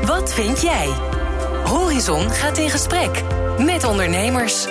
Wat vind jij? Horizon gaat in gesprek met ondernemers.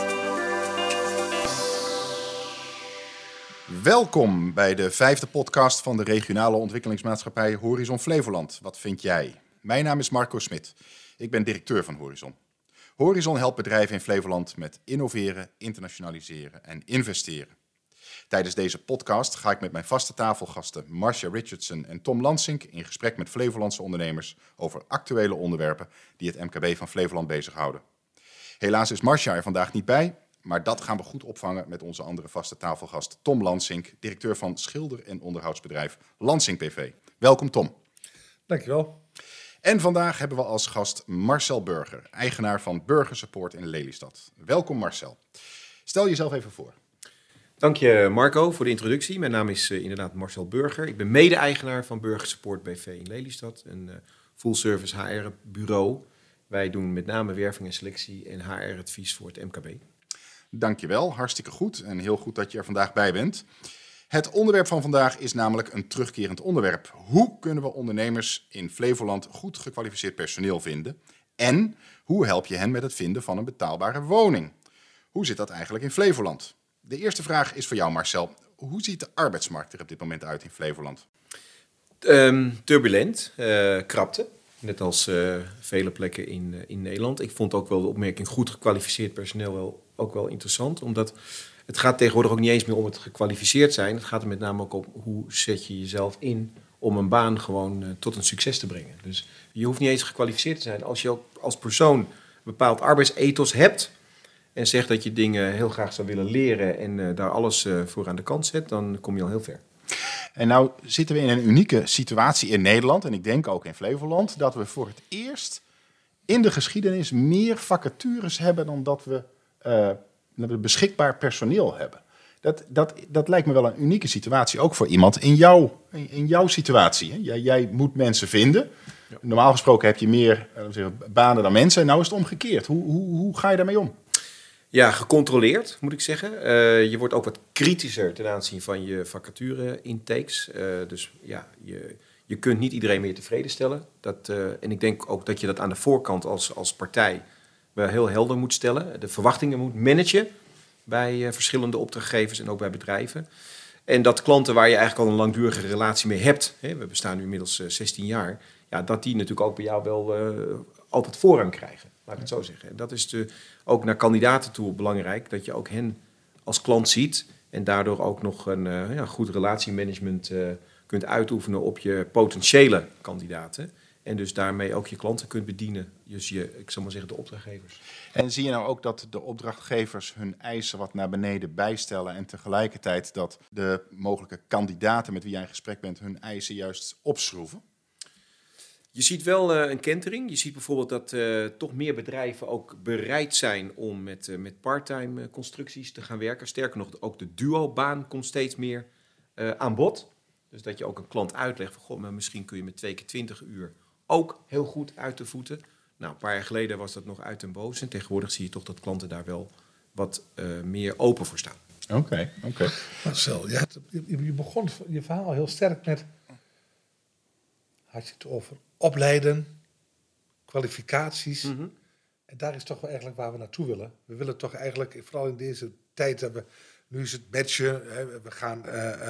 Welkom bij de 5e podcast van de regionale ontwikkelingsmaatschappij Horizon Flevoland. Wat vind jij? Mijn naam is Marco Smit. Ik ben directeur van Horizon. Horizon helpt bedrijven in Flevoland met innoveren, internationaliseren en investeren. Tijdens deze podcast ga ik met mijn vaste tafelgasten Marcia Richardson en Tom Lansink in gesprek met Flevolandse ondernemers over actuele onderwerpen die het MKB van Flevoland bezighouden. Helaas is Marcia er vandaag niet bij, maar dat gaan we goed opvangen met onze andere vaste tafelgast Tom Lansink, directeur van schilder- en onderhoudsbedrijf Lansink BV. Welkom Tom. Dankjewel. En vandaag hebben we als gast Marcel Burger, eigenaar van Burger Support in Lelystad. Welkom Marcel. Stel jezelf even voor. Dank je Marco voor de introductie. Mijn naam is inderdaad Marcel Burger. Ik ben mede-eigenaar van Burger Support BV in Lelystad, een full-service HR-bureau. Wij doen met name werving en selectie en HR-advies voor het MKB. Dankjewel, hartstikke goed en heel goed dat je er vandaag bij bent. Het onderwerp van vandaag is namelijk een terugkerend onderwerp. Hoe kunnen we ondernemers in Flevoland goed gekwalificeerd personeel vinden? En hoe help je hen met het vinden van een betaalbare woning? Hoe zit dat eigenlijk in Flevoland? De eerste vraag is voor jou Marcel. Hoe ziet de arbeidsmarkt er op dit moment uit in Flevoland? Turbulent, krapte. Net als vele plekken in Nederland. Ik vond ook wel de opmerking goed gekwalificeerd personeel ook wel interessant. Omdat het gaat tegenwoordig ook niet eens meer om het gekwalificeerd zijn. Het gaat er met name ook om hoe zet je jezelf in om een baan gewoon tot een succes te brengen. Dus je hoeft niet eens gekwalificeerd te zijn. Als je ook als persoon een bepaald arbeidsethos hebt en zegt dat je dingen heel graag zou willen leren en daar alles voor aan de kant zet, dan kom je al heel ver. En nou zitten we in een unieke situatie in Nederland, en ik denk ook in Flevoland, dat we voor het eerst in de geschiedenis meer vacatures hebben dan dat we beschikbaar personeel hebben. Dat lijkt me wel een unieke situatie, ook voor iemand in jouw situatie. Hè? Jij moet mensen vinden. Ja. Normaal gesproken heb je meer banen dan mensen, en nou is het omgekeerd. Hoe ga je daarmee om? Ja, gecontroleerd moet ik zeggen. Je wordt ook wat kritischer ten aanzien van je vacature-intakes. Dus ja, je kunt niet iedereen meer tevreden stellen. En ik denk ook dat je dat aan de voorkant als partij wel heel helder moet stellen. De verwachtingen moet managen bij verschillende opdrachtgevers en ook bij bedrijven. En dat klanten waar je eigenlijk al een langdurige relatie mee hebt, we bestaan nu inmiddels 16 jaar, ja, dat die natuurlijk ook bij jou wel altijd voorrang krijgen. Laat ik het zo zeggen. En dat is ook naar kandidaten toe belangrijk, dat je ook hen als klant ziet en daardoor ook nog een goed relatiemanagement kunt uitoefenen op je potentiële kandidaten. En dus daarmee ook je klanten kunt bedienen. Dus ik zal maar zeggen, de opdrachtgevers. En zie je nou ook dat de opdrachtgevers hun eisen wat naar beneden bijstellen en tegelijkertijd dat de mogelijke kandidaten met wie jij in gesprek bent hun eisen juist opschroeven? Je ziet wel een kentering. Je ziet bijvoorbeeld dat toch meer bedrijven ook bereid zijn om met parttime constructies te gaan werken. Sterker nog, ook de duo-baan komt steeds meer aan bod. Dus dat je ook een klant uitlegt van, goh, maar misschien kun je met 2 keer 20 uur ook heel goed uit de voeten. Nou, een paar jaar geleden was dat nog uit den boze. En tegenwoordig zie je toch dat klanten daar wel wat meer open voor staan. Oké. Marcel, je begon je verhaal heel sterk met, had je het over opleiden, kwalificaties. Mm-hmm. En daar is toch wel eigenlijk waar we naartoe willen. We willen toch eigenlijk, vooral in deze tijd, nu is het matchen. We gaan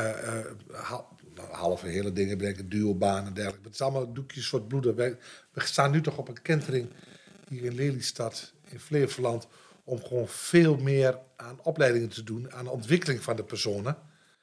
halve hele dingen bedenken, duobanen en dergelijke. Het is allemaal doekjes voor het bloeden. We staan nu toch op een kentering hier in Lelystad, in Flevoland, om gewoon veel meer aan opleidingen te doen, aan de ontwikkeling van de personen.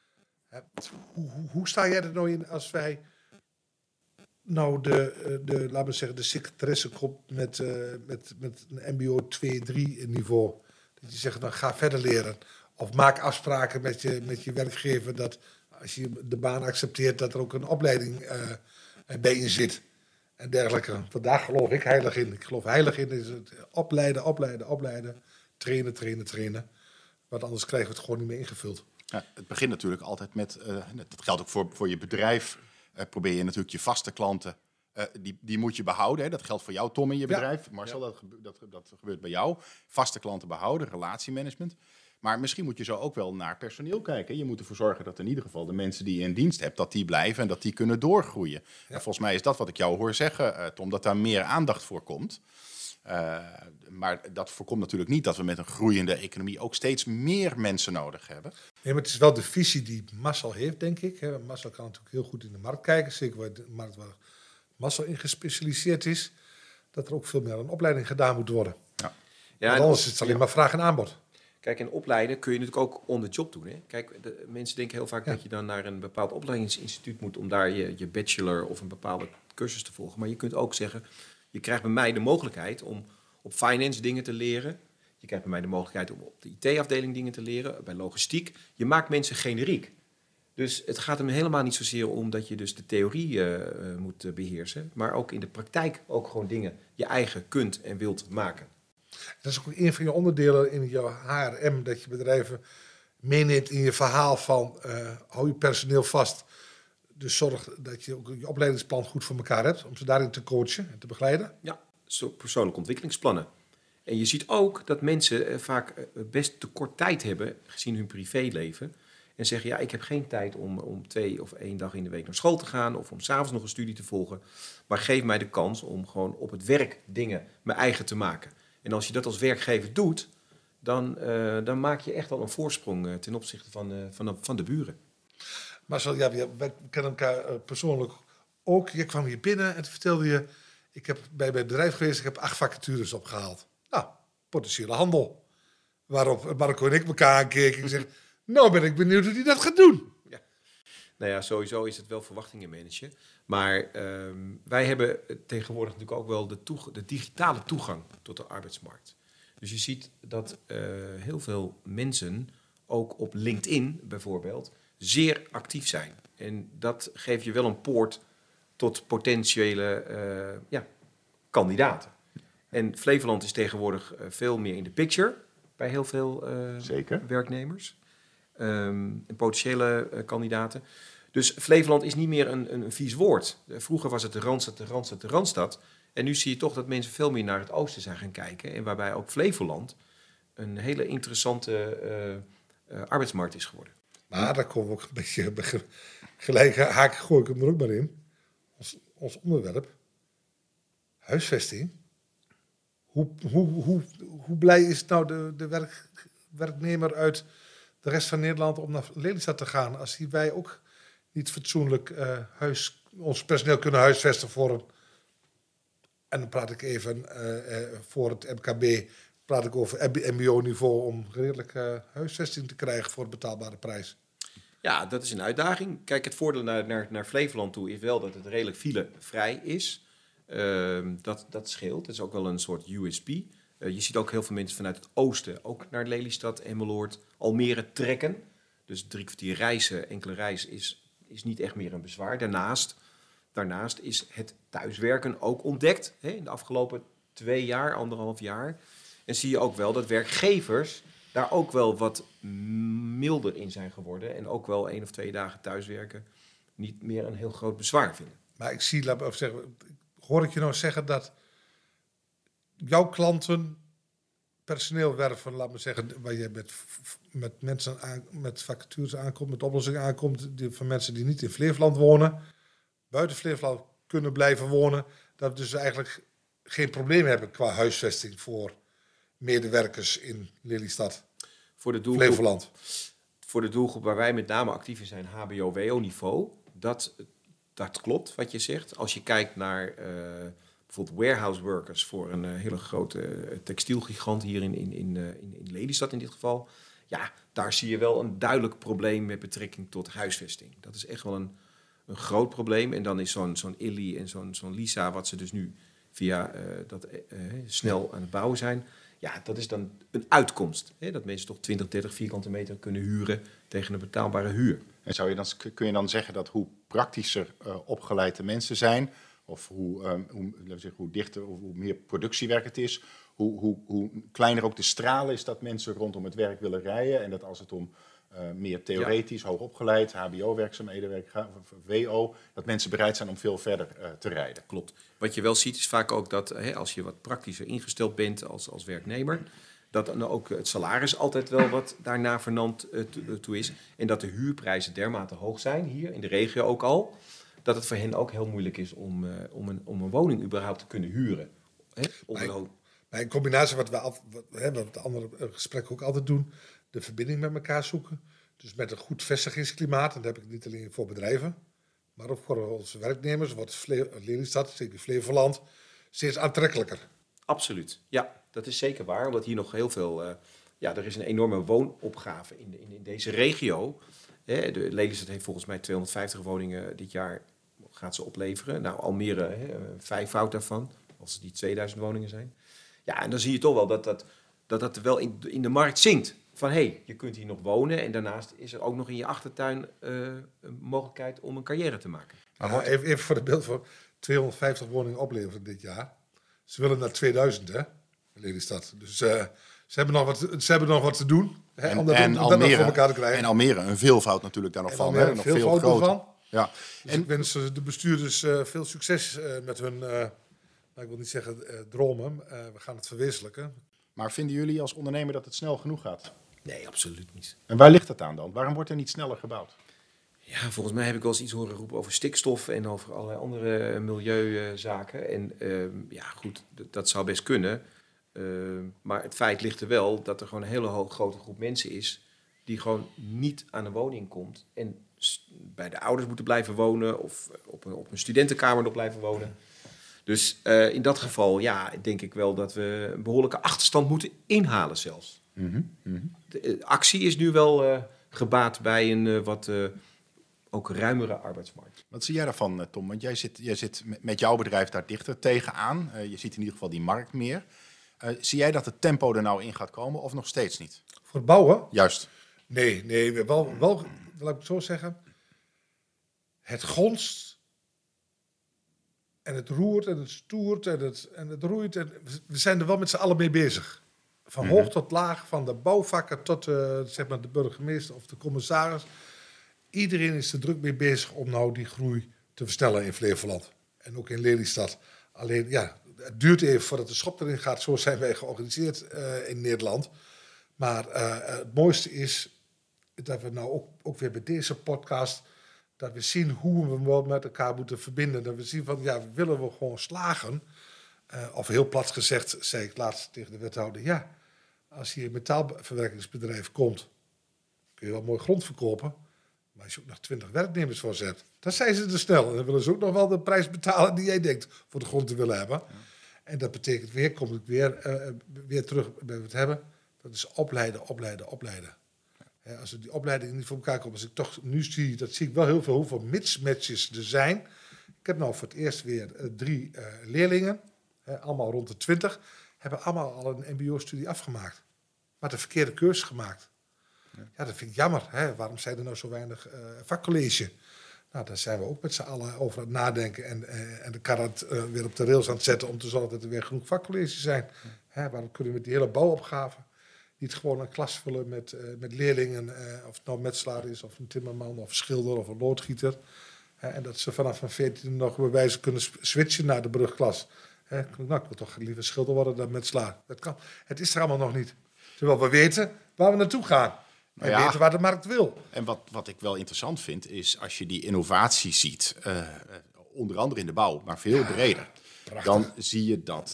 Hoe sta jij er nou in als wij nou laten we zeggen, de secretaresse komt met een mbo 2-3 niveau. Dat je zegt, dan ga verder leren. Of maak afspraken met je werkgever dat als je de baan accepteert, dat er ook een opleiding bij in zit. En dergelijke. Vandaag geloof ik heilig in. Ik geloof heilig in is het opleiden. Trainen. Want anders krijgen we het gewoon niet meer ingevuld. Ja, het begint natuurlijk altijd met, dat geldt ook voor je bedrijf. Probeer je natuurlijk je vaste klanten, die moet je behouden. Hè. Dat geldt voor jou, Tom, in je bedrijf. Ja. Marcel, dat gebeurt bij jou. Vaste klanten behouden, relatiemanagement. Maar misschien moet je zo ook wel naar personeel kijken. Je moet ervoor zorgen dat in ieder geval de mensen die je in dienst hebt, dat die blijven en dat die kunnen doorgroeien. Ja. En volgens mij is dat wat ik jou hoor zeggen, Tom, dat daar meer aandacht voor komt. Maar dat voorkomt natuurlijk niet dat we met een groeiende economie ook steeds meer mensen nodig hebben. Nee, maar het is wel de visie die Marcel heeft, denk ik. Marcel kan natuurlijk heel goed in de markt kijken, zeker waar de markt waar Marcel in gespecialiseerd is, dat er ook veel meer aan opleiding gedaan moet worden. Ja. Want anders is het alleen maar vraag en aanbod. Kijk, in opleiden kun je natuurlijk ook on the job doen. Hè? Kijk, mensen denken heel vaak dat je dan naar een bepaald opleidingsinstituut moet om daar je bachelor of een bepaalde cursus te volgen. Maar je kunt ook zeggen, je krijgt bij mij de mogelijkheid om op finance dingen te leren. Je krijgt bij mij de mogelijkheid om op de IT-afdeling dingen te leren, bij logistiek. Je maakt mensen generiek. Dus het gaat hem helemaal niet zozeer om dat je dus de theorie moet beheersen, maar ook in de praktijk ook gewoon dingen je eigen kunt en wilt maken. Dat is ook een van je onderdelen in jouw HRM, dat je bedrijven meeneemt in je verhaal van hou je personeel vast. Dus zorg dat je ook je opleidingsplan goed voor elkaar hebt, om ze daarin te coachen en te begeleiden. Ja, persoonlijke ontwikkelingsplannen. En je ziet ook dat mensen vaak best te kort tijd hebben, gezien hun privéleven. En zeggen, ja, ik heb geen tijd om 2 of 1 dag in de week naar school te gaan of om 's avonds nog een studie te volgen. Maar geef mij de kans om gewoon op het werk dingen mijn eigen te maken. En als je dat als werkgever doet, dan maak je echt wel een voorsprong ten opzichte van de buren. Marcel, ja, wij kennen elkaar persoonlijk ook. Je kwam hier binnen en vertelde je, ik heb bij het bedrijf geweest, ik heb 8 vacatures opgehaald. Nou, potentiële handel. Waarop Marco en ik elkaar aankeken en zeg, nou ben ik benieuwd hoe hij dat gaat doen. Ja. Nou ja, sowieso is het wel verwachtingen managen. Maar wij hebben tegenwoordig natuurlijk ook wel de digitale toegang tot de arbeidsmarkt. Dus je ziet dat heel veel mensen, ook op LinkedIn bijvoorbeeld, zeer actief zijn. En dat geeft je wel een poort tot potentiële kandidaten. En Flevoland is tegenwoordig veel meer in de picture bij heel veel werknemers en potentiële kandidaten. Dus Flevoland is niet meer een vies woord. Vroeger was het de Randstad, de Randstad, de Randstad. En nu zie je toch dat mensen veel meer naar het oosten zijn gaan kijken. En waarbij ook Flevoland een hele interessante arbeidsmarkt is geworden. Maar daar komen we ook een beetje gelijk gooi ik hem er ook maar in. Ons onderwerp, huisvesting. Hoe blij is nou de werknemer uit de rest van Nederland om naar Lelystad te gaan, als wij ook niet fatsoenlijk ons personeel kunnen huisvesten voor een... En dan praat ik even voor het MKB, praat ik over mbo-niveau om redelijk huisvesting te krijgen voor een betaalbare prijs. Ja, dat is een uitdaging. Kijk, het voordeel naar Flevoland toe is wel dat het redelijk filevrij is. Dat scheelt. Het is ook wel een soort USP. Je ziet ook heel veel mensen vanuit het oosten ook naar Lelystad, Emmeloord, Almere trekken. Dus 3 kwartier reizen, enkele reis is niet echt meer een bezwaar. Daarnaast is het thuiswerken ook ontdekt in de afgelopen 2 jaar, 1,5 jaar. En zie je ook wel dat werkgevers daar ook wel wat milder in zijn geworden. En ook wel 1 of 2 dagen thuiswerken niet meer een heel groot bezwaar vinden. Maar hoor ik je nou zeggen dat jouw klanten personeel werven, laat me zeggen, waar je met mensen met vacatures aankomt, met oplossingen aankomt, van mensen die niet in Flevoland wonen, buiten Flevoland kunnen blijven wonen, dat we dus eigenlijk geen probleem hebben qua huisvesting voor medewerkers in Lelystad, Flevoland. Voor de doelgroep waar wij met name actief in zijn, HBO-WO-niveau, dat klopt wat je zegt. Als je kijkt naar bijvoorbeeld warehouse workers voor een hele grote textielgigant hier in Lelystad in dit geval. Ja, daar zie je wel een duidelijk probleem met betrekking tot huisvesting. Dat is echt wel een groot probleem. En dan is zo'n Illy en zo'n Lisa, wat ze dus nu via snel aan het bouwen zijn. Ja, dat is dan een uitkomst. Hè? Dat mensen toch 20, 30 vierkante meter kunnen huren tegen een betaalbare huur. En kun je dan zeggen dat hoe praktischer opgeleid de mensen zijn, of hoe dichter of hoe meer productiewerk het is, hoe kleiner ook de straal is dat mensen rondom het werk willen rijden. En dat als het om meer theoretisch, hoogopgeleid, hbo-werkzaamheden, WO, dat mensen bereid zijn om veel verder te rijden. Klopt. Wat je wel ziet is vaak ook dat als je wat praktischer ingesteld bent als werknemer, dat dan ook het salaris altijd wel wat daarna vernant toe is. En dat de huurprijzen dermate hoog zijn, hier in de regio ook al, dat het voor hen ook heel moeilijk is om een woning überhaupt te kunnen huren. Maar in combinatie wat het andere gesprekken ook altijd doen, de verbinding met elkaar zoeken. Dus met een goed vestigingsklimaat, en dat heb ik niet alleen voor bedrijven, maar ook voor onze werknemers, wordt Lelystad, zeker Flevoland, steeds aantrekkelijker. Absoluut, ja, dat is zeker waar. Omdat hier nog heel veel... er is een enorme woonopgave in deze regio. De Lelystad heeft volgens mij 250 woningen dit jaar gaat ze opleveren. Nou, Almere 5-fout daarvan, als die 2000 woningen zijn. Ja, en dan zie je toch wel dat wel in de markt zingt. Van, je kunt hier nog wonen en daarnaast is er ook nog in je achtertuin een mogelijkheid om een carrière te maken. Maar even voor het beeld van 250 woningen opleveren dit jaar. Ze willen naar 2000, hè, Lelystad. Dus ze hebben nog wat te doen, om dat nog voor elkaar te krijgen. En Almere, een veelvoud natuurlijk daar nog van. Almere, nog veel groter. Van. Ja. Dus ik wens de bestuurders veel succes met hun, ik wil niet zeggen dromen. We gaan het verwezenlijken. Maar vinden jullie als ondernemer dat het snel genoeg gaat? Nee, absoluut niet. En waar ligt dat aan dan? Waarom wordt er niet sneller gebouwd? Ja, volgens mij heb ik wel eens iets horen roepen over stikstof en over allerlei andere milieuzaken. En goed, dat zou best kunnen. Maar het feit ligt er wel dat er gewoon een hele grote groep mensen is die gewoon niet aan een woning komt. En bij de ouders moeten blijven wonen of op een studentenkamer nog blijven wonen. Dus in dat geval, denk ik wel dat we een behoorlijke achterstand moeten inhalen zelfs. De actie is nu wel gebaat bij een wat ook ruimere arbeidsmarkt. Wat zie jij daarvan, Tom? Want jij zit met jouw bedrijf daar dichter tegenaan. Je ziet in ieder geval die markt meer. Zie jij dat het tempo er nou in gaat komen of nog steeds niet? Voor het bouwen? Juist. Nee, wel, laat ik het zo zeggen. Het gonst en het roert en het stoert en het roeit. En we zijn er wel met z'n allen mee bezig. Van hoog tot laag, van de bouwvakker tot de burgemeester of de commissaris. Iedereen is er druk mee bezig om nou die groei te versnellen in Flevoland. En ook in Lelystad. Alleen, het duurt even voordat de schop erin gaat. Zo zijn wij georganiseerd in Nederland. Maar het mooiste is dat we nou ook weer bij deze podcast, dat we zien hoe we wel met elkaar moeten verbinden. Dat we zien van, willen we gewoon slagen. Of heel plat gezegd, zei ik laatst tegen de wethouder, als hier een metaalverwerkingsbedrijf komt, kun je wel mooi grond verkopen. Maar als je ook nog 20 werknemers voor zet, dan zijn ze te snel. En dan willen ze ook nog wel de prijs betalen die jij denkt voor de grond te willen hebben. Ja. En dat betekent weer, kom ik weer terug bij het hebben, dat is opleiden. Ja, als we die opleiding niet voor elkaar komen, als ik toch nu zie, dat zie ik wel heel veel hoeveel mismatches er zijn. Ik heb nou voor het eerst weer 3 leerlingen, allemaal rond de 20, hebben allemaal al een mbo-studie afgemaakt. Maar de verkeerde keuze gemaakt. Ja, dat vind ik jammer. Hè? Waarom zijn er nou zo weinig vakcollege? Nou, daar zijn we ook met z'n allen over aan het nadenken en de kar weer op de rails aan het zetten om te zorgen dat er weer genoeg vakcolleges zijn. Hè? Waarom kunnen we met die hele bouwopgave niet gewoon een klas vullen met leerlingen, of het nou metselaar is, of een timmerman, of een schilder, of een loodgieter. En dat ze vanaf mijn 14 nog bij wijze kunnen switchen naar de brugklas. Nou, ik wil toch liever schilder worden dan metselaar. Dat kan. Het is er allemaal nog niet. Terwijl we weten waar we naartoe gaan. En weten waar de markt wil. En wat ik wel interessant vind, is als je die innovatie ziet, onder andere in de bouw, maar veel breder. Prachtig. Dan zie je dat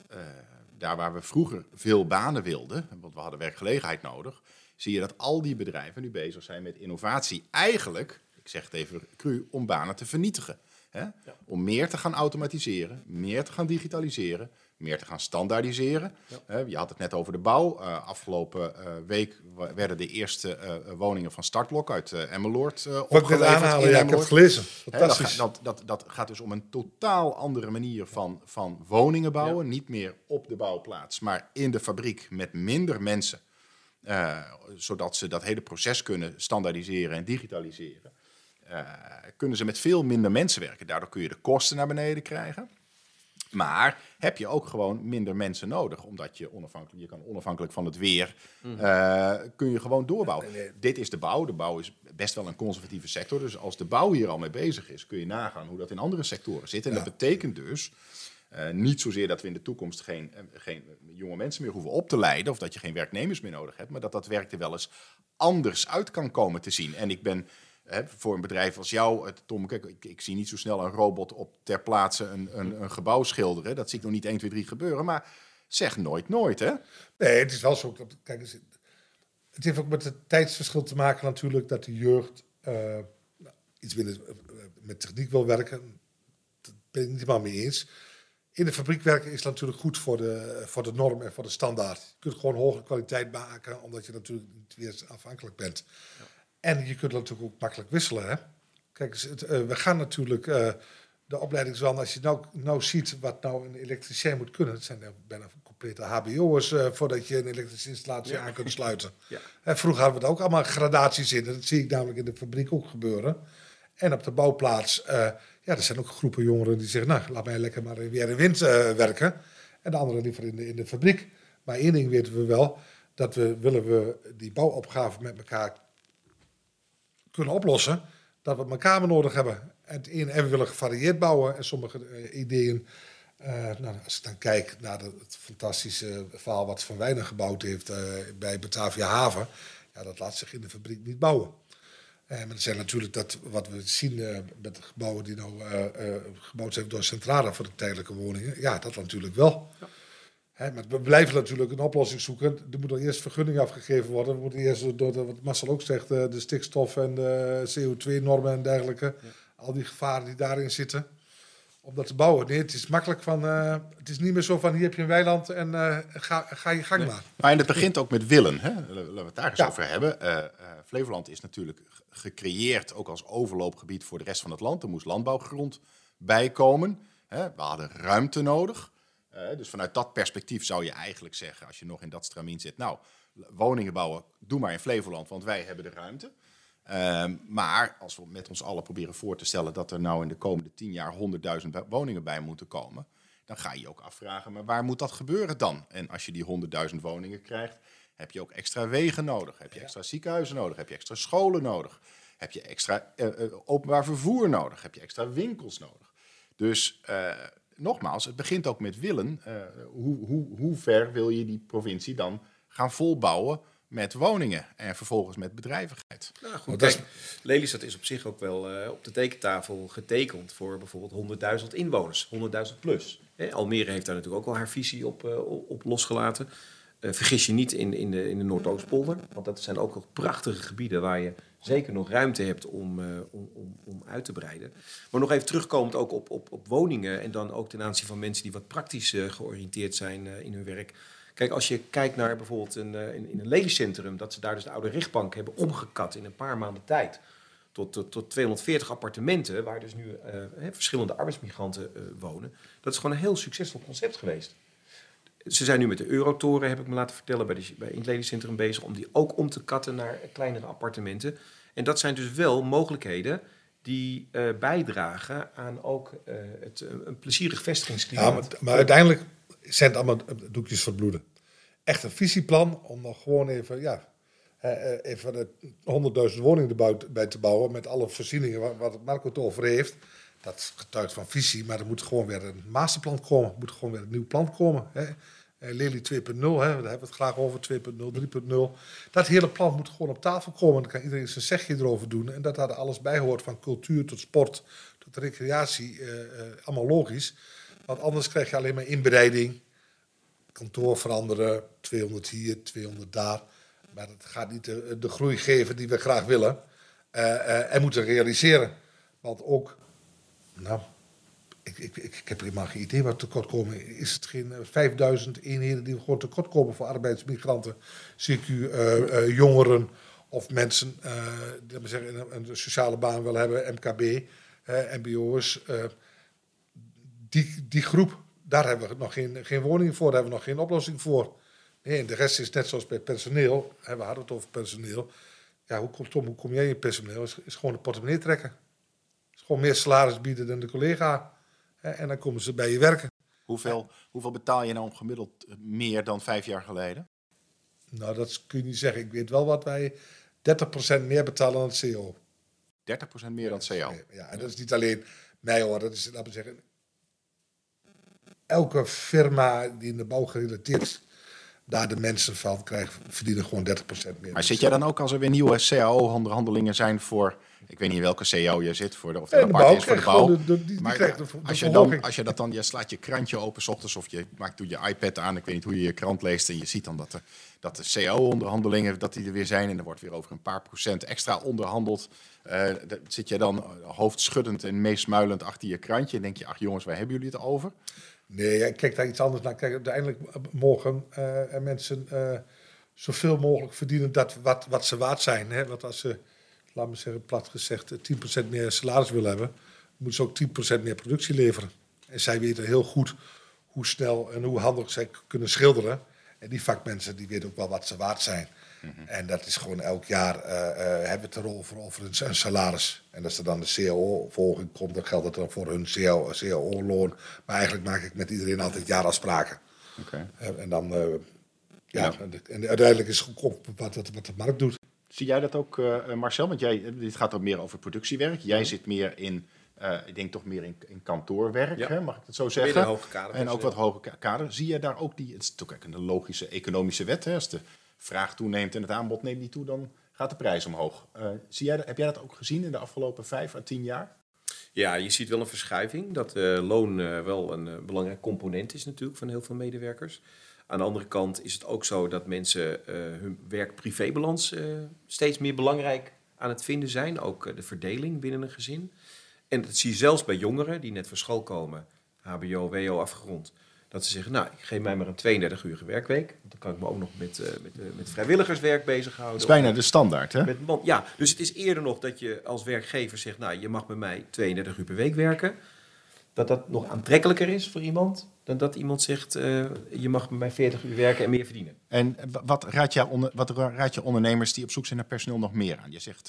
daar waar we vroeger veel banen wilden, want we hadden werkgelegenheid nodig, zie je dat al die bedrijven nu bezig zijn met innovatie. Eigenlijk, ik zeg het even cru, om banen te vernietigen. Hè? Ja. Om meer te gaan automatiseren, meer te gaan digitaliseren, meer te gaan standaardiseren. Ja. Je had het net over de bouw. Afgelopen week werden de eerste woningen van Startblok uit Emmeloord opgeleverd. Ik heb het gelezen. Fantastisch. Dat gaat dus om een totaal andere manier van woningen bouwen. Ja. Niet meer op de bouwplaats, maar in de fabriek met minder mensen. Zodat ze dat hele proces kunnen standaardiseren en digitaliseren. Kunnen ze met veel minder mensen werken. Daardoor kun je de kosten naar beneden krijgen. Maar heb je ook gewoon minder mensen nodig. Omdat je onafhankelijk van het weer, kun je gewoon doorbouwen. Nee. Dit is de bouw. De bouw is best wel een conservatieve sector. Dus als de bouw hier al mee bezig is, kun je nagaan hoe dat in andere sectoren zit. En dat betekent dus Niet zozeer dat we in de toekomst geen jonge mensen meer hoeven op te leiden, of dat je geen werknemers meer nodig hebt, maar dat werk er wel eens anders uit kan komen te zien. En ik ben voor een bedrijf als jou, Tom, kijk, ik zie niet zo snel een robot op ter plaatse een gebouw schilderen. Dat zie ik nog niet 1, 2, 3 gebeuren, maar zeg nooit, hè? Nee, het is wel zo. Kijk eens, het heeft ook met het tijdsverschil te maken natuurlijk, dat de jeugd iets minder met techniek wil werken. Dat ben ik niet helemaal mee eens. In de fabriek werken is natuurlijk goed voor de norm en voor de standaard. Je kunt gewoon hogere kwaliteit maken, omdat je natuurlijk niet weer afhankelijk bent. Ja. En je kunt natuurlijk ook makkelijk wisselen. Hè? Kijk eens, we gaan natuurlijk de opleidingswand, als je nou ziet wat nou een elektricien moet kunnen. Het zijn bijna complete hbo'ers voordat je een elektrische installatie aan kunt sluiten. Ja. Vroeger hadden we er ook allemaal gradaties in. Dat zie ik namelijk in de fabriek ook gebeuren. En op de bouwplaats, er zijn ook groepen jongeren die zeggen, nou, laat mij lekker maar weer in wind werken. En de anderen liever in de fabriek. Maar één ding weten we wel, dat willen we die bouwopgave met elkaar kunnen oplossen, dat we elkaar maar nodig hebben. En we willen gevarieerd bouwen en sommige ideeën. Als ik dan kijk naar het fantastische verhaal wat Van Wijnen gebouwd heeft bij Batavia Haven, dat laat zich in de fabriek niet bouwen. Maar er zijn natuurlijk wat we zien met de gebouwen die nou gebouwd zijn door Centrale voor de tijdelijke woningen. Ja, dat natuurlijk wel. Ja. Maar we blijven natuurlijk een oplossing zoeken. Er moet dan eerst vergunning afgegeven worden. We moeten eerst door wat Marcel ook zegt, de stikstof en de CO2-normen en dergelijke. Ja. Al die gevaren die daarin zitten. Om dat te bouwen. Nee, het is makkelijk van. Het is niet meer zo van hier heb je een weiland en ga je gang maar. Maar en het begint ook met willen. Hè? Laten we het daar eens over hebben. Flevoland is natuurlijk gecreëerd ook als overloopgebied voor de rest van het land. Er moest landbouwgrond bijkomen. We hadden ruimte nodig. Dus vanuit dat perspectief zou je eigenlijk zeggen, als je nog in dat stramien zit, nou, woningen bouwen, doe maar in Flevoland, want wij hebben de ruimte. Maar als we met ons allen proberen voor te stellen dat er nou in de komende 10 jaar 100.000 woningen bij moeten komen, dan ga je je ook afvragen, maar waar moet dat gebeuren dan? En als je die 100.000 woningen krijgt, heb je ook extra wegen nodig, heb je extra ziekenhuizen nodig, heb je extra scholen nodig, heb je extra openbaar vervoer nodig, heb je extra winkels nodig. Dus nogmaals, het begint ook met willen. Hoe ver wil je die provincie dan gaan volbouwen met woningen en vervolgens met bedrijvigheid? Nou goed, kijk, Lelystad is op zich ook wel op de tekentafel getekend voor bijvoorbeeld 100.000 inwoners, 100.000 plus. Almere heeft daar natuurlijk ook wel haar visie op losgelaten. Vergis je niet in de Noordoostpolder, want dat zijn ook nog prachtige gebieden waar je zeker nog ruimte hebt om uit te breiden. Maar nog even terugkomend ook op woningen en dan ook ten aanzien van mensen die wat praktisch georiënteerd zijn in hun werk. Kijk, als je kijkt naar bijvoorbeeld in een leliecentrum, dat ze daar dus de oude rechtbank hebben omgekat in een paar maanden tijd tot 240 appartementen, waar dus nu verschillende arbeidsmigranten wonen. Dat is gewoon een heel succesvol concept geweest. Ze zijn nu met de Eurotoren, heb ik me laten vertellen, in het leliecentrum bezig om die ook om te katten naar kleinere appartementen. En dat zijn dus wel mogelijkheden die bijdragen aan ook een plezierig vestigingsklimaat. Ja, maar uiteindelijk zijn het allemaal doekjes voor het bloeden. Echt een visieplan om nog gewoon even 100.000 woningen erbij te bouwen met alle voorzieningen waar Marco het over heeft. Dat getuigt van visie, maar er moet gewoon weer een masterplan komen. Er moet gewoon weer een nieuw plan komen. Lely 2.0, daar hebben we het graag over, 2.0, 3.0. Dat hele plan moet gewoon op tafel komen. Dan kan iedereen zijn zegje erover doen. En dat daar alles bij hoort, van cultuur tot sport, tot recreatie. Allemaal logisch. Want anders krijg je alleen maar inbreiding. Kantoor veranderen, 200 hier, 200 daar. Maar dat gaat niet de groei geven die we graag willen. En moeten realiseren. Want ook, ik heb helemaal geen idee wat tekort komen. Is het geen 5000 eenheden die gewoon tekort komen voor arbeidsmigranten, CQ, jongeren of mensen die een sociale baan willen hebben, MKB, MBO'ers. Die groep, daar hebben we nog geen woning voor, daar hebben we nog geen oplossing voor. Nee, en de rest is net zoals bij personeel. We hadden het over personeel. Ja, hoe kom jij in je personeel? Is gewoon de portemonnee trekken. Is gewoon meer salaris bieden dan de collega. En dan komen ze bij je werken. Hoeveel betaal je nou gemiddeld meer dan 5 jaar geleden? Nou, dat kun je niet zeggen. Ik weet wel wat wij 30% meer betalen dan het CO. 30% meer dan het CO? Ja, en dat is niet alleen mij hoor. Dat is, laten we zeggen, elke firma die in de bouw gerelateerd is, daar de mensen van verdienen gewoon 30% meer. Maar zit jij dan ook als er weer nieuwe CAO-onderhandelingen zijn voor... Ik weet niet in welke CAO je zit, of de apart is voor de bouw. Maar als je dat dan... Je slaat je krantje open 's ochtends of doe je iPad aan. Ik weet niet hoe je je krant leest. En je ziet dan dat de CAO-onderhandelingen dat die er weer zijn. En er wordt weer over een paar procent extra onderhandeld. Zit je dan hoofdschuddend en meesmuilend achter je krantje. En denk je, ach jongens, waar hebben jullie het over? Nee, kijk daar iets anders naar. Kijk, uiteindelijk mogen mensen zoveel mogelijk verdienen wat ze waard zijn. Hè? Want als ze, laat me zeggen, plat gezegd, 10% meer salaris willen hebben, moeten ze ook 10% meer productie leveren. En zij weten heel goed hoe snel en hoe handig zij kunnen schilderen. En die vakmensen die weten ook wel wat ze waard zijn. Mm-hmm. En dat is gewoon elk jaar hebben we het erover over een salaris. En als er dan de CAO-volging komt, dan geldt het dan voor hun CAO-loon. Maar eigenlijk maak ik met iedereen altijd jaarafspraken. Okay. En dan, en uiteindelijk is het ook wat de markt doet. Zie jij dat ook, Marcel? Want dit gaat ook meer over productiewerk. Jij zit meer in, ik denk toch meer in kantoorwerk, hè? Mag ik dat zo zeggen? Een hoge kader. En ook wat hoge kader. Zie je daar ook het is toch een logische economische wet, hè? Als de vraag toeneemt en het aanbod neemt niet toe, dan gaat de prijs omhoog. Heb jij dat ook gezien in de afgelopen 5 à 10 jaar? Ja, je ziet wel een verschuiving. Dat loon wel een belangrijk component is natuurlijk van heel veel medewerkers. Aan de andere kant is het ook zo dat mensen hun werk-privébalans steeds meer belangrijk aan het vinden zijn. Ook de verdeling binnen een gezin. En dat zie je zelfs bij jongeren die net van school komen, HBO, WO afgerond. Dat ze zeggen, nou, geef mij maar een 32-urige werkweek. Dan kan ik me ook nog met vrijwilligerswerk bezighouden. Dat is bijna de standaard, hè? Ja, dus het is eerder nog dat je als werkgever zegt, nou, je mag bij mij 32 uur per week werken. Dat nog aantrekkelijker is voor iemand dan dat iemand zegt, je mag bij mij 40 uur werken en meer verdienen. En wat raad je ondernemers die op zoek zijn naar personeel nog meer aan? Je zegt,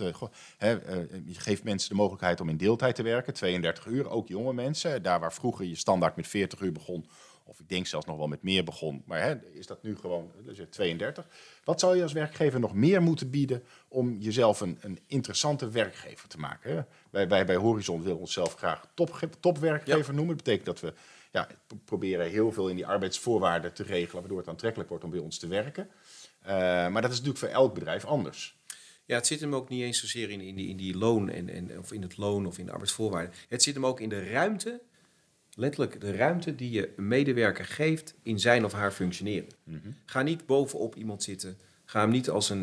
je geeft mensen de mogelijkheid om in deeltijd te werken, 32 uur, ook jonge mensen. Daar waar vroeger je standaard met 40 uur begon, of ik denk zelfs nog wel met meer begon, maar is dat nu gewoon 32? Wat zou je als werkgever nog meer moeten bieden om jezelf een interessante werkgever te maken? Hè? Wij bij Horizon willen onszelf graag topwerkgever noemen. Dat betekent dat we proberen heel veel in die arbeidsvoorwaarden te regelen, waardoor het aantrekkelijk wordt om bij ons te werken. Maar dat is natuurlijk voor elk bedrijf anders. Ja, het zit hem ook niet eens zozeer in die loon of in het loon of in de arbeidsvoorwaarden. Het zit hem ook in de ruimte, letterlijk de ruimte die je een medewerker geeft in zijn of haar functioneren. Mm-hmm. Ga niet bovenop iemand zitten. Ga hem niet als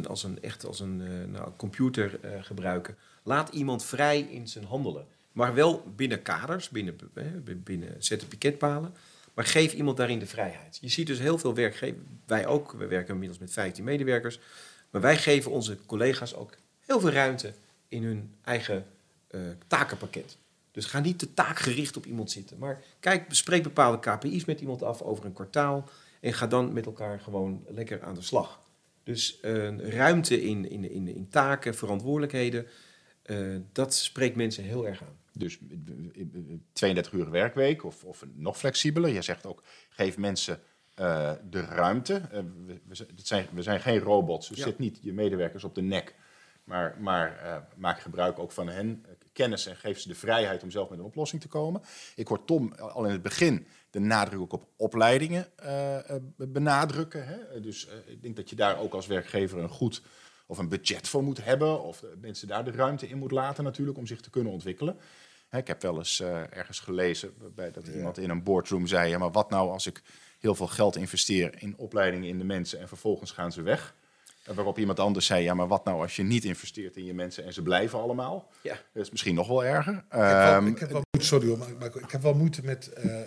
een computer gebruiken. Laat iemand vrij in zijn handelen. Maar wel binnen kaders, binnen zet piketpalen. Maar geef iemand daarin de vrijheid. Je ziet dus heel veel werkgevers, wij ook, we werken inmiddels met 15 medewerkers. Maar wij geven onze collega's ook heel veel ruimte in hun eigen takenpakket. Dus ga niet te taakgericht op iemand zitten. Maar bespreek bepaalde KPI's met iemand af over een kwartaal. En ga dan met elkaar gewoon lekker aan de slag. Dus ruimte in taken, verantwoordelijkheden, dat spreekt mensen heel erg aan. Dus 32 uur werkweek of nog flexibeler. Je zegt ook, geef mensen de ruimte. We zijn geen robots, dus zit niet je medewerkers op de nek. Maar maak gebruik ook van hen kennis en geef ze de vrijheid om zelf met een oplossing te komen. Ik hoor Tom al in het begin de nadruk ook op opleidingen benadrukken. Hè? Dus ik denk dat je daar ook als werkgever een budget voor moet hebben. Of mensen daar de ruimte in moet laten natuurlijk om zich te kunnen ontwikkelen. Ik heb wel eens ergens gelezen dat iemand in een boardroom zei, ja, maar wat nou als ik heel veel geld investeer in opleidingen in de mensen en vervolgens gaan ze weg? Waarop iemand anders zei, ja, maar wat nou als je niet investeert in je mensen en ze blijven allemaal? Ja. Dat is misschien nog wel erger. Ik heb wel moeite, sorry hoor, maar ik heb wel moeite met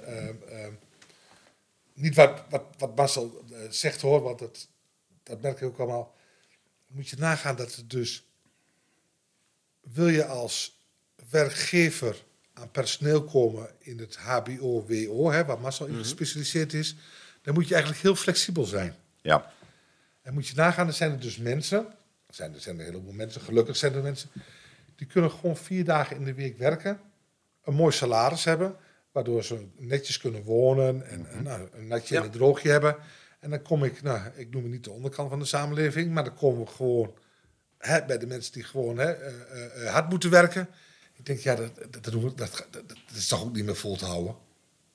niet wat Marcel zegt hoor, want dat merk ik ook allemaal. Moet je nagaan dat het dus, wil je als werkgever aan personeel komen in het HBO-WO, waar Marcel in gespecialiseerd is, dan moet je eigenlijk heel flexibel zijn. Ja. En moet je nagaan, er zijn er dus mensen, er zijn een heleboel mensen, gelukkig zijn er mensen, die kunnen gewoon 4 dagen in de week werken, een mooi salaris hebben, waardoor ze netjes kunnen wonen en een natje en een droogje hebben. En dan kom ik, ik noem het niet de onderkant van de samenleving, maar dan komen we gewoon bij de mensen die gewoon hard moeten werken. Ik denk, ja, dat is toch ook niet meer vol te houden.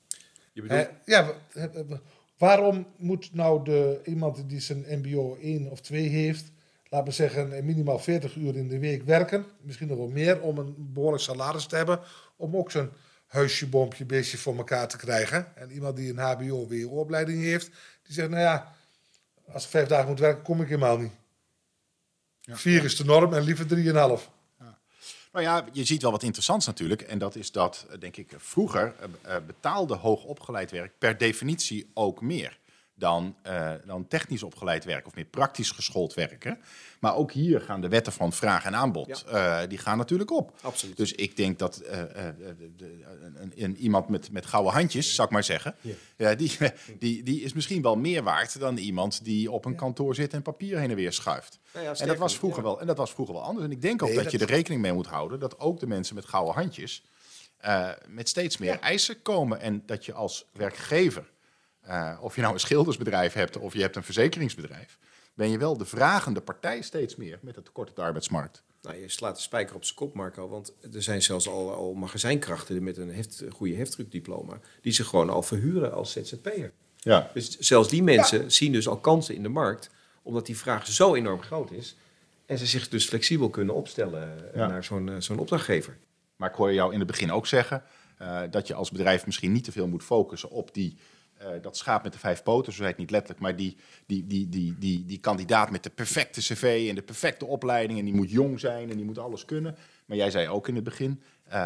Je bedoelt... Waarom moet nou iemand die zijn mbo 1 of 2 heeft, laten we zeggen minimaal 40 uur in de week werken, misschien nog wel meer, om een behoorlijk salaris te hebben, om ook zijn huisje, boompje, beestje voor elkaar te krijgen. En iemand die een hbo-wo-opleiding heeft, die zegt, nou ja, als ik 5 dagen moet werken, kom ik helemaal niet. Ja. 4 is de norm en liever 3,5. Nou ja, je ziet wel wat interessants natuurlijk. En dat is dat, denk ik, vroeger betaalde hoogopgeleid werk per definitie ook meer dan technisch opgeleid werk of meer praktisch geschoold werken. Maar ook hier gaan de wetten van vraag en aanbod, die gaan natuurlijk op. Absoluut. Dus ik denk dat iemand met gouden handjes, zou ik maar zeggen, die is misschien wel meer waard dan iemand die op een kantoor zit en papier heen en weer schuift. En dat was vroeger wel anders. En ik denk ook dat je er rekening mee moet houden dat ook de mensen met gouden handjes met steeds meer eisen komen. En dat je als werkgever, of je nou een schildersbedrijf hebt of je hebt een verzekeringsbedrijf, ben je wel de vragende partij steeds meer met het tekort op de arbeidsmarkt. Nou, je slaat de spijker op zijn kop, Marco. Want er zijn zelfs al magazijnkrachten met een goede heftruckdiploma die zich gewoon al verhuren als ZZP'er. Ja. Dus zelfs die mensen zien dus al kansen in de markt, omdat die vraag zo enorm groot is. En ze zich dus flexibel kunnen opstellen naar zo'n opdrachtgever. Maar ik hoor jou in het begin ook zeggen dat je als bedrijf misschien niet te veel moet focussen op dat schaap met de 5 poten, zo zei het niet letterlijk, maar die kandidaat met de perfecte cv en de perfecte opleiding en die moet jong zijn en die moet alles kunnen. Maar jij zei ook in het begin,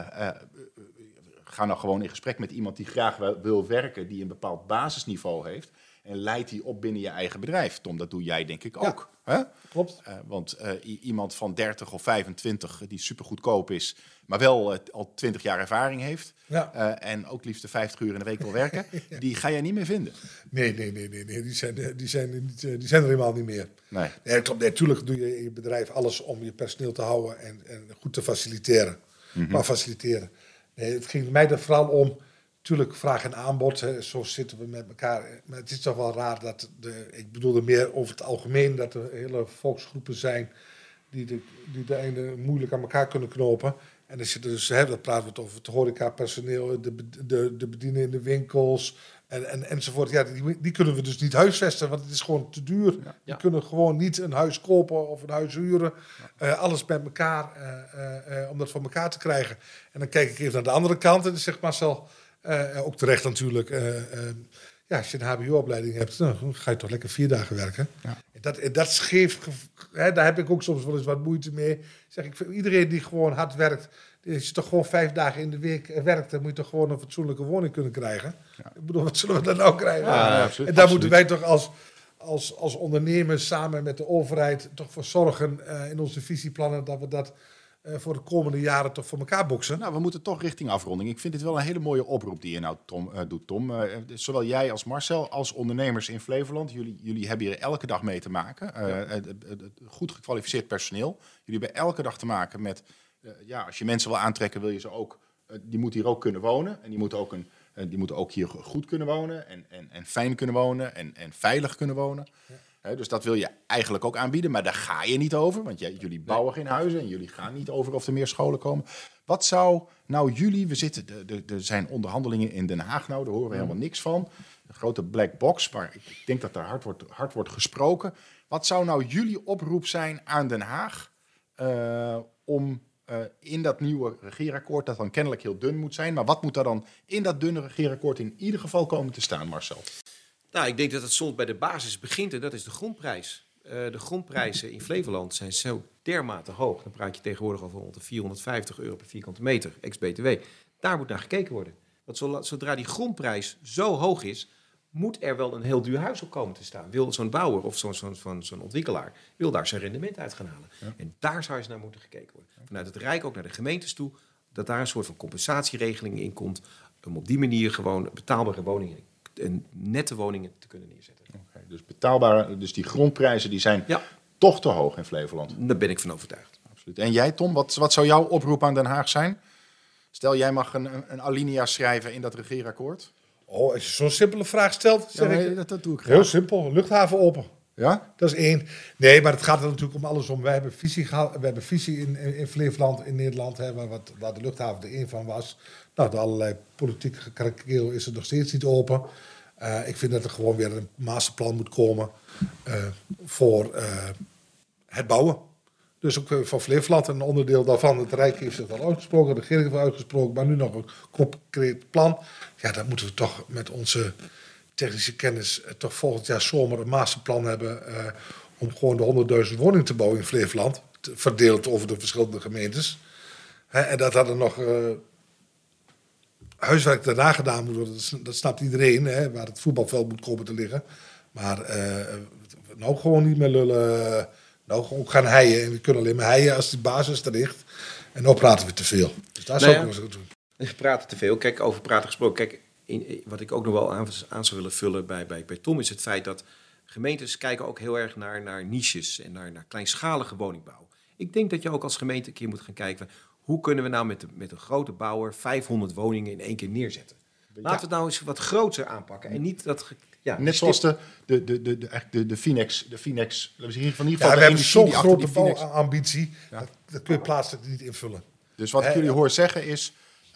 ga nou gewoon in gesprek met iemand die graag wil werken, die een bepaald basisniveau heeft en leid die op binnen je eigen bedrijf. Tom, dat doe jij denk ik ook. Ja, hè? Klopt. Want iemand van 30 of 25 die supergoedkoop is, maar wel al 20 jaar ervaring heeft en ook liefst 50 uur in de week wil werken, die ga jij niet meer vinden. Nee. Die zijn er helemaal niet meer. Nee. Natuurlijk doe je in je bedrijf alles om je personeel te houden en goed te faciliteren. Mm-hmm. Maar faciliteren. Nee, het ging mij er vooral om, natuurlijk vraag en aanbod, zo zitten we met elkaar. Maar het is toch wel raar dat, ik bedoel er meer over het algemeen, dat er hele volksgroepen zijn die de einde moeilijk aan elkaar kunnen knopen. En dan zitten dus, dat praten we over het horecapersoneel, de bedienen in de winkels enzovoort. Ja, die kunnen we dus niet huisvesten, want het is gewoon te duur. Ja. Die kunnen gewoon niet een huis kopen of een huis huren. Alles met elkaar, om dat voor elkaar te krijgen. En dan kijk ik even naar de andere kant en dan zegt Marcel, ook terecht natuurlijk, als je een hbo-opleiding hebt, dan ga je toch lekker 4 dagen werken. Ja. En dat scheef, daar heb ik ook soms wel eens wat moeite mee. Zeg ik, iedereen die gewoon hard werkt, als je toch gewoon 5 dagen in de week werkt, dan moet je toch gewoon een fatsoenlijke woning kunnen krijgen. Ja. Ik bedoel, wat zullen we dan nou krijgen? Ja, absoluut, en daar moeten wij toch als ondernemers samen met de overheid toch voor zorgen in onze visieplannen dat we dat voor de komende jaren toch voor elkaar boksen. Nou, we moeten toch richting afronding. Ik vind dit wel een hele mooie oproep die je nou doet, Tom. Zowel jij als Marcel als ondernemers in Flevoland. Jullie hebben hier elke dag mee te maken. Goed gekwalificeerd personeel. Jullie hebben elke dag te maken met, als je mensen wil aantrekken, wil je ze ook, die moeten hier ook kunnen wonen. En die moeten ook hier goed kunnen wonen en fijn kunnen wonen en veilig kunnen wonen. Ja. Dus dat wil je eigenlijk ook aanbieden, maar daar ga je niet over. Want jullie bouwen geen huizen en jullie gaan niet over of er meer scholen komen. Wat zou nou er zijn onderhandelingen in Den Haag nou, daar horen we helemaal niks van. Een grote black box, maar ik denk dat daar hard wordt gesproken. Wat zou nou jullie oproep zijn aan Den Haag om in dat nieuwe regeerakkoord, dat dan kennelijk heel dun moet zijn, maar wat moet daar dan in dat dunne regeerakkoord in ieder geval komen te staan, Marcel? Nou, ik denk dat het soms bij de basis begint en dat is de grondprijs. De grondprijzen in Flevoland zijn zo dermate hoog. Dan praat je tegenwoordig over rond de €450 per vierkante meter, ex-BTW. Daar moet naar gekeken worden. Want zodra die grondprijs zo hoog is, moet er wel een heel duur huis op komen te staan. Wil zo'n bouwer of zo'n ontwikkelaar wil daar zijn rendement uit gaan halen. Ja. En daar zou eens naar moeten gekeken worden. Vanuit het Rijk ook naar de gemeentes toe, dat daar een soort van compensatieregeling in komt, om op die manier gewoon betaalbare woningen en nette woningen te kunnen neerzetten. Okay, dus betaalbare, dus die grondprijzen die zijn toch te hoog in Flevoland. Daar ben ik van overtuigd. Absoluut. En jij, Tom, wat zou jouw oproep aan Den Haag zijn? Stel, jij mag een alinea schrijven in dat regeerakkoord. Als je zo'n simpele vraag stelt, zeg ik, dat doe ik graag. Heel simpel, luchthaven open. Ja? Dat is 1. Nee, maar het gaat er natuurlijk om alles om. Wij hebben visie in Flevoland, in Nederland, hè, waar de luchthaven er 1 van was. Nou, door allerlei politieke gekrakeel is het nog steeds niet open. Ik vind dat er gewoon weer een masterplan moet komen voor het bouwen. Dus ook voor Flevoland, een onderdeel daarvan. Het Rijk heeft zich al uitgesproken, de regering heeft al uitgesproken, maar nu nog een concreet plan. Ja, dan moeten we toch met onze technische kennis toch volgend jaar zomer een masterplan hebben om gewoon de 100.000 woningen te bouwen in Flevoland, verdeeld over de verschillende gemeentes. En dat er nog huiswerk daarna gedaan moet worden, dat snapt iedereen, hè, waar het voetbalveld moet komen te liggen. Maar nou gewoon niet meer lullen, nou gewoon gaan heien. En we kunnen alleen maar heien als die basis er ligt. En nou praten we te veel. Dus daar zou ik nog eens goed doen. We praten te veel. Kijk, over praten gesproken. Kijk, wat ik ook nog wel aan zou willen vullen bij Tom is het feit dat gemeentes kijken ook heel erg naar niches en naar kleinschalige woningbouw. Ik denk dat je ook als gemeente een keer moet gaan kijken, hoe kunnen we nou met een grote bouwer 500 woningen in 1 keer neerzetten? Laten we het nou eens wat groter aanpakken en niet dat... Ja, net zoals de Finex. De Finex, laten we zeggen, van in ieder geval we hebben zo'n grote Finex bouwambitie, dat kun je plaatselijk niet invullen. Dus wat ik jullie hoor zeggen is,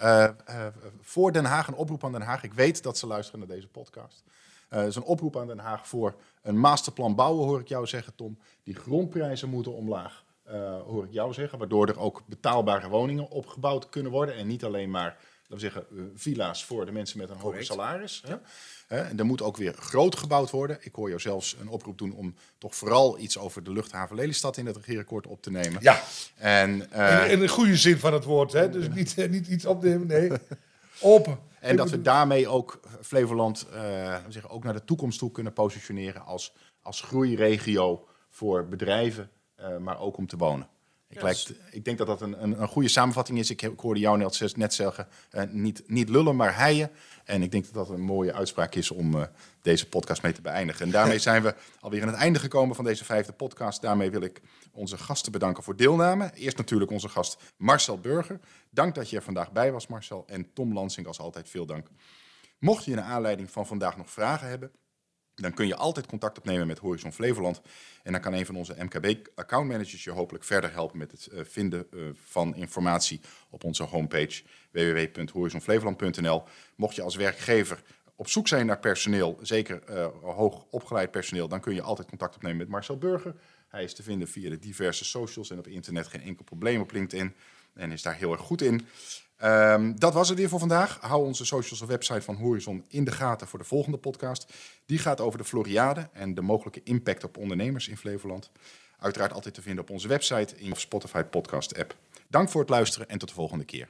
voor Den Haag, een oproep aan Den Haag. Ik weet dat ze luisteren naar deze podcast. Dus een oproep aan Den Haag voor een masterplan bouwen, hoor ik jou zeggen, Tom. Die grondprijzen moeten omlaag, hoor ik jou zeggen. Waardoor er ook betaalbare woningen opgebouwd kunnen worden. En niet alleen maar, laten we zeggen, villa's voor de mensen met een hoger salaris. Ja. En er moet ook weer groot gebouwd worden. Ik hoor jou zelfs een oproep doen om toch vooral iets over de luchthaven Lelystad in het regeerakkoord op te nemen. Ja, en, in de goede zin van het woord. Hè? Dus niet iets opnemen, nee. Open. En dat we daarmee ook Flevoland ook naar de toekomst toe kunnen positioneren als groeiregio voor bedrijven, maar ook om te wonen. Ik denk dat dat een goede samenvatting is. Ik hoorde jou net zeggen, niet lullen, maar heien. En ik denk dat dat een mooie uitspraak is om deze podcast mee te beëindigen. En daarmee zijn we alweer aan het einde gekomen van deze 5e podcast. Daarmee wil ik onze gasten bedanken voor deelname. Eerst natuurlijk onze gast Marcel Burger. Dank dat je er vandaag bij was, Marcel. En Tom Lansing, als altijd, veel dank. Mocht je naar aanleiding van vandaag nog vragen hebben, dan kun je altijd contact opnemen met Horizon Flevoland. En dan kan een van onze MKB-accountmanagers je hopelijk verder helpen met het vinden van informatie op onze homepage www.horizonflevoland.nl. Mocht je als werkgever op zoek zijn naar personeel, zeker hoog opgeleid personeel, dan kun je altijd contact opnemen met Marcel Burger. Hij is te vinden via de diverse socials en op internet, geen enkel probleem op LinkedIn. En is daar heel erg goed in. Dat was het weer voor vandaag. Hou onze socials en website van Horizon in de gaten voor de volgende podcast. Die gaat over de Floriade en de mogelijke impact op ondernemers in Flevoland. Uiteraard altijd te vinden op onze website in de Spotify podcast app. Dank voor het luisteren en tot de volgende keer.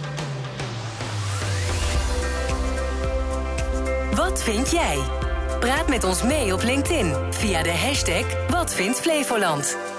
Wat vind jij? Praat met ons mee op LinkedIn via de hashtag #WatVindtFlevoland.